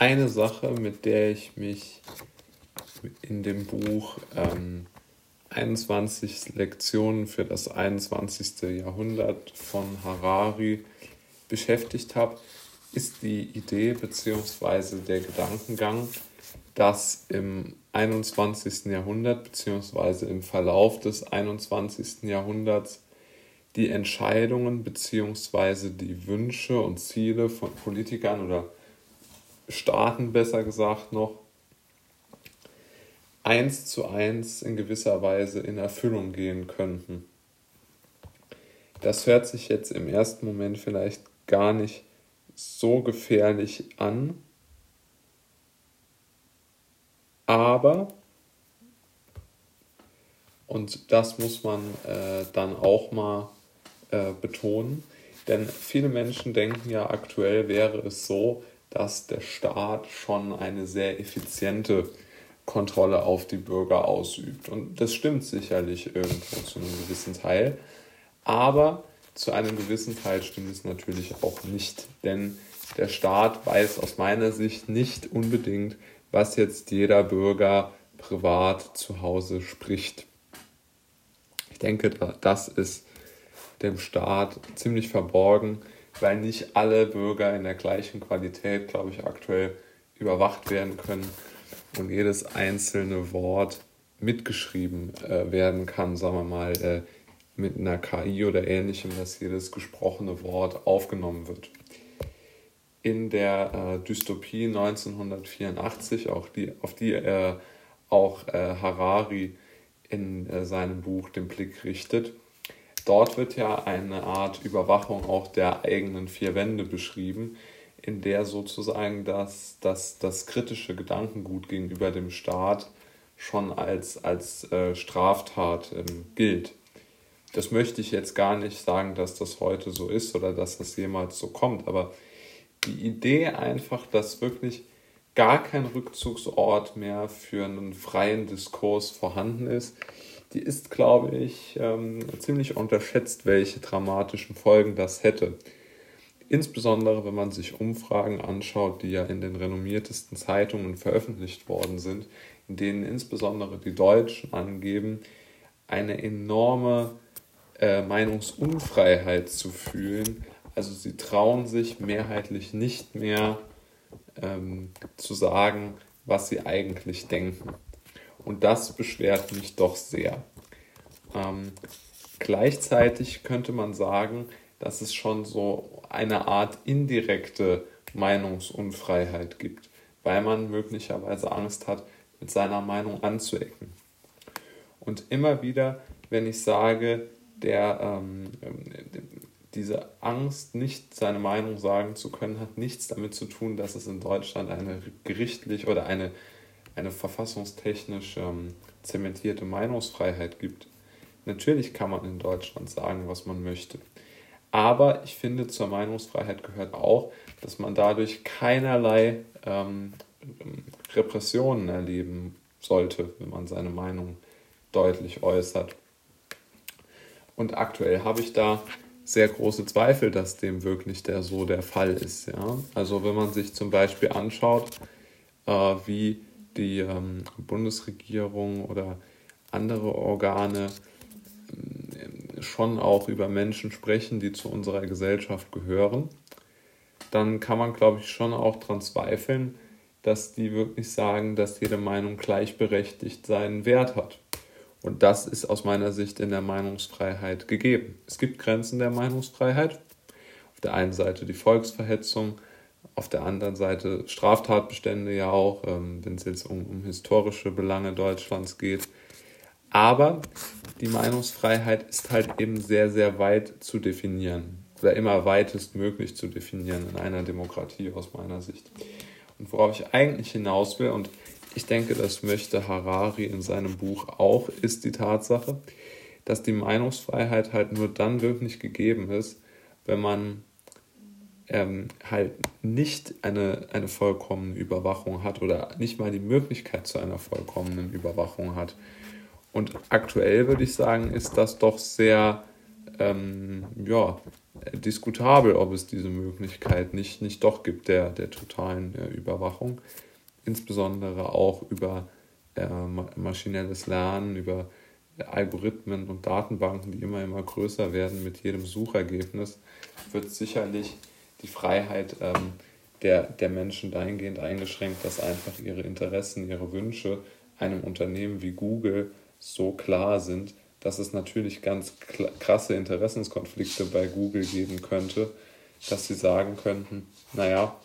eine Sache, mit der ich mich in dem Buch 21 Lektionen für das 21. Jahrhundert von Harari beschäftigt habe, ist die Idee bzw. der Gedankengang, dass im 21. Jahrhundert bzw. im Verlauf des 21. Jahrhunderts die Entscheidungen bzw. die Wünsche und Ziele von Politikern oder Staaten, besser gesagt noch, 1:1 in gewisser Weise in Erfüllung gehen könnten. Das hört sich jetzt im ersten Moment vielleicht gar nicht so gefährlich an, aber, und das muss man dann auch mal betonen, denn viele Menschen denken ja, aktuell wäre es so, dass der Staat schon eine sehr effiziente Kontrolle auf die Bürger ausübt. Und das stimmt sicherlich irgendwo zu einem gewissen Teil, aber zu einem gewissen Teil stimmt es natürlich auch nicht, denn der Staat weiß aus meiner Sicht nicht unbedingt, was jetzt jeder Bürger privat zu Hause spricht. Ich denke, das ist dem Staat ziemlich verborgen, weil nicht alle Bürger in der gleichen Qualität, glaube ich, aktuell überwacht werden können und jedes einzelne Wort mitgeschrieben werden kann, sagen wir mal, mit einer KI oder ähnlichem, dass jedes gesprochene Wort aufgenommen wird. In der Dystopie 1984, auf die auch Harari in seinem Buch den Blick richtet, dort wird ja eine Art Überwachung auch der eigenen vier Wände beschrieben, in der sozusagen das kritische Gedankengut gegenüber dem Staat schon als Straftat gilt. Das möchte ich jetzt gar nicht sagen, dass das heute so ist oder dass das jemals so kommt, aber die Idee einfach, dass wirklich gar kein Rückzugsort mehr für einen freien Diskurs vorhanden ist, die ist, glaube ich, ziemlich unterschätzt, welche dramatischen Folgen das hätte. Insbesondere, wenn man sich Umfragen anschaut, die ja in den renommiertesten Zeitungen veröffentlicht worden sind, in denen insbesondere die Deutschen angeben, eine enorme Meinungsunfreiheit zu fühlen. Also sie trauen sich mehrheitlich nicht mehr zu sagen, was sie eigentlich denken. Und das beschwert mich doch sehr. Gleichzeitig könnte man sagen, dass es schon so eine Art indirekte Meinungsunfreiheit gibt, weil man möglicherweise Angst hat, mit seiner Meinung anzuecken. Und immer wieder, wenn ich sage, diese Angst, nicht seine Meinung sagen zu können, hat nichts damit zu tun, dass es in Deutschland eine gerichtlich oder eine verfassungstechnisch zementierte Meinungsfreiheit gibt. Natürlich kann man in Deutschland sagen, was man möchte. Aber ich finde, zur Meinungsfreiheit gehört auch, dass man dadurch keinerlei Repressionen erleben sollte, wenn man seine Meinung deutlich äußert. Und aktuell habe ich da sehr große Zweifel, dass dem wirklich der Fall ist. Ja? Also wenn man sich zum Beispiel anschaut, wie die Bundesregierung oder andere Organe schon auch über Menschen sprechen, die zu unserer Gesellschaft gehören, dann kann man, glaube ich, schon auch daran zweifeln, dass die wirklich sagen, dass jede Meinung gleichberechtigt seinen Wert hat. Und das ist aus meiner Sicht in der Meinungsfreiheit gegeben. Es gibt Grenzen der Meinungsfreiheit. Auf der einen Seite die Volksverhetzung, auf der anderen Seite Straftatbestände ja auch, wenn es jetzt um historische Belange Deutschlands geht. Aber die Meinungsfreiheit ist halt eben sehr, sehr weit zu definieren oder immer weitestmöglich zu definieren in einer Demokratie aus meiner Sicht. Und worauf ich eigentlich hinaus will, und ich denke, das möchte Harari in seinem Buch auch, ist die Tatsache, dass die Meinungsfreiheit halt nur dann wirklich gegeben ist, wenn man halt nicht eine vollkommene Überwachung hat oder nicht mal die Möglichkeit zu einer vollkommenen Überwachung hat. Und aktuell würde ich sagen, ist das doch sehr diskutabel, ob es diese Möglichkeit nicht doch gibt, der totalen Überwachung. Insbesondere auch über maschinelles Lernen, über Algorithmen und Datenbanken, die immer größer werden mit jedem Suchergebnis, wird sicherlich die Freiheit der Menschen dahingehend eingeschränkt, dass einfach ihre Interessen, ihre Wünsche einem Unternehmen wie Google so klar sind, dass es natürlich ganz krasse Interessenskonflikte bei Google geben könnte, dass sie sagen könnten, naja,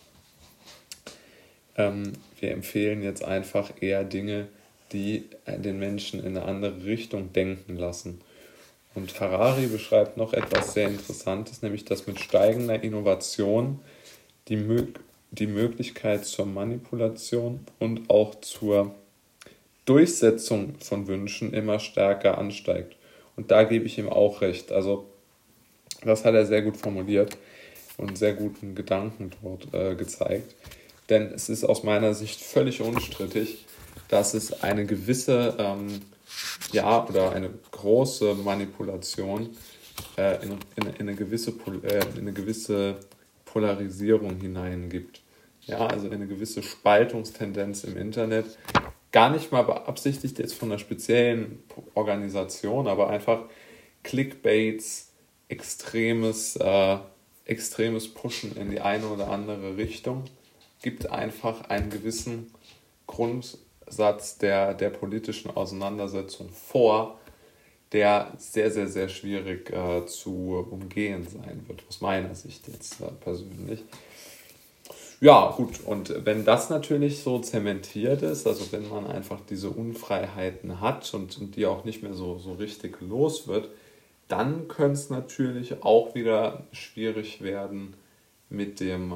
wir empfehlen jetzt einfach eher Dinge, die den Menschen in eine andere Richtung denken lassen. Und Harari beschreibt noch etwas sehr Interessantes, nämlich dass mit steigender Innovation die Möglichkeit zur Manipulation und auch zur Durchsetzung von Wünschen immer stärker ansteigt. Und da gebe ich ihm auch recht. Also das hat er sehr gut formuliert und sehr guten Gedanken dort gezeigt. Denn es ist aus meiner Sicht völlig unstrittig, dass es eine gewisse, oder eine große Manipulation in eine gewisse Polarisierung hineingibt. Ja, also in eine gewisse Spaltungstendenz im Internet. Gar nicht mal beabsichtigt jetzt von einer speziellen Organisation, aber einfach Clickbaits, extremes Pushen in die eine oder andere Richtung, gibt einfach einen gewissen Grundsatz der politischen Auseinandersetzung vor, der sehr, sehr, sehr schwierig zu umgehen sein wird, aus meiner Sicht jetzt persönlich. Ja, gut, und wenn das natürlich so zementiert ist, also wenn man einfach diese Unfreiheiten hat und die auch nicht mehr so richtig los wird, dann könnte es natürlich auch wieder schwierig werden mit dem,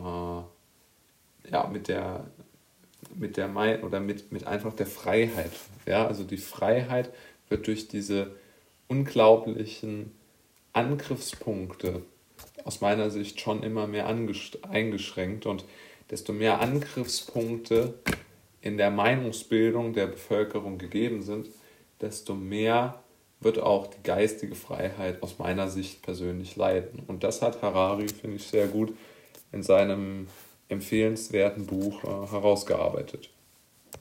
mit einfach der Freiheit. Ja, also die Freiheit wird durch diese unglaublichen Angriffspunkte aus meiner Sicht schon immer mehr eingeschränkt, und desto mehr Angriffspunkte in der Meinungsbildung der Bevölkerung gegeben sind, desto mehr wird auch die geistige Freiheit aus meiner Sicht persönlich leiden. Und das hat Harari, finde ich, sehr gut in seinem empfehlenswerten Buch herausgearbeitet.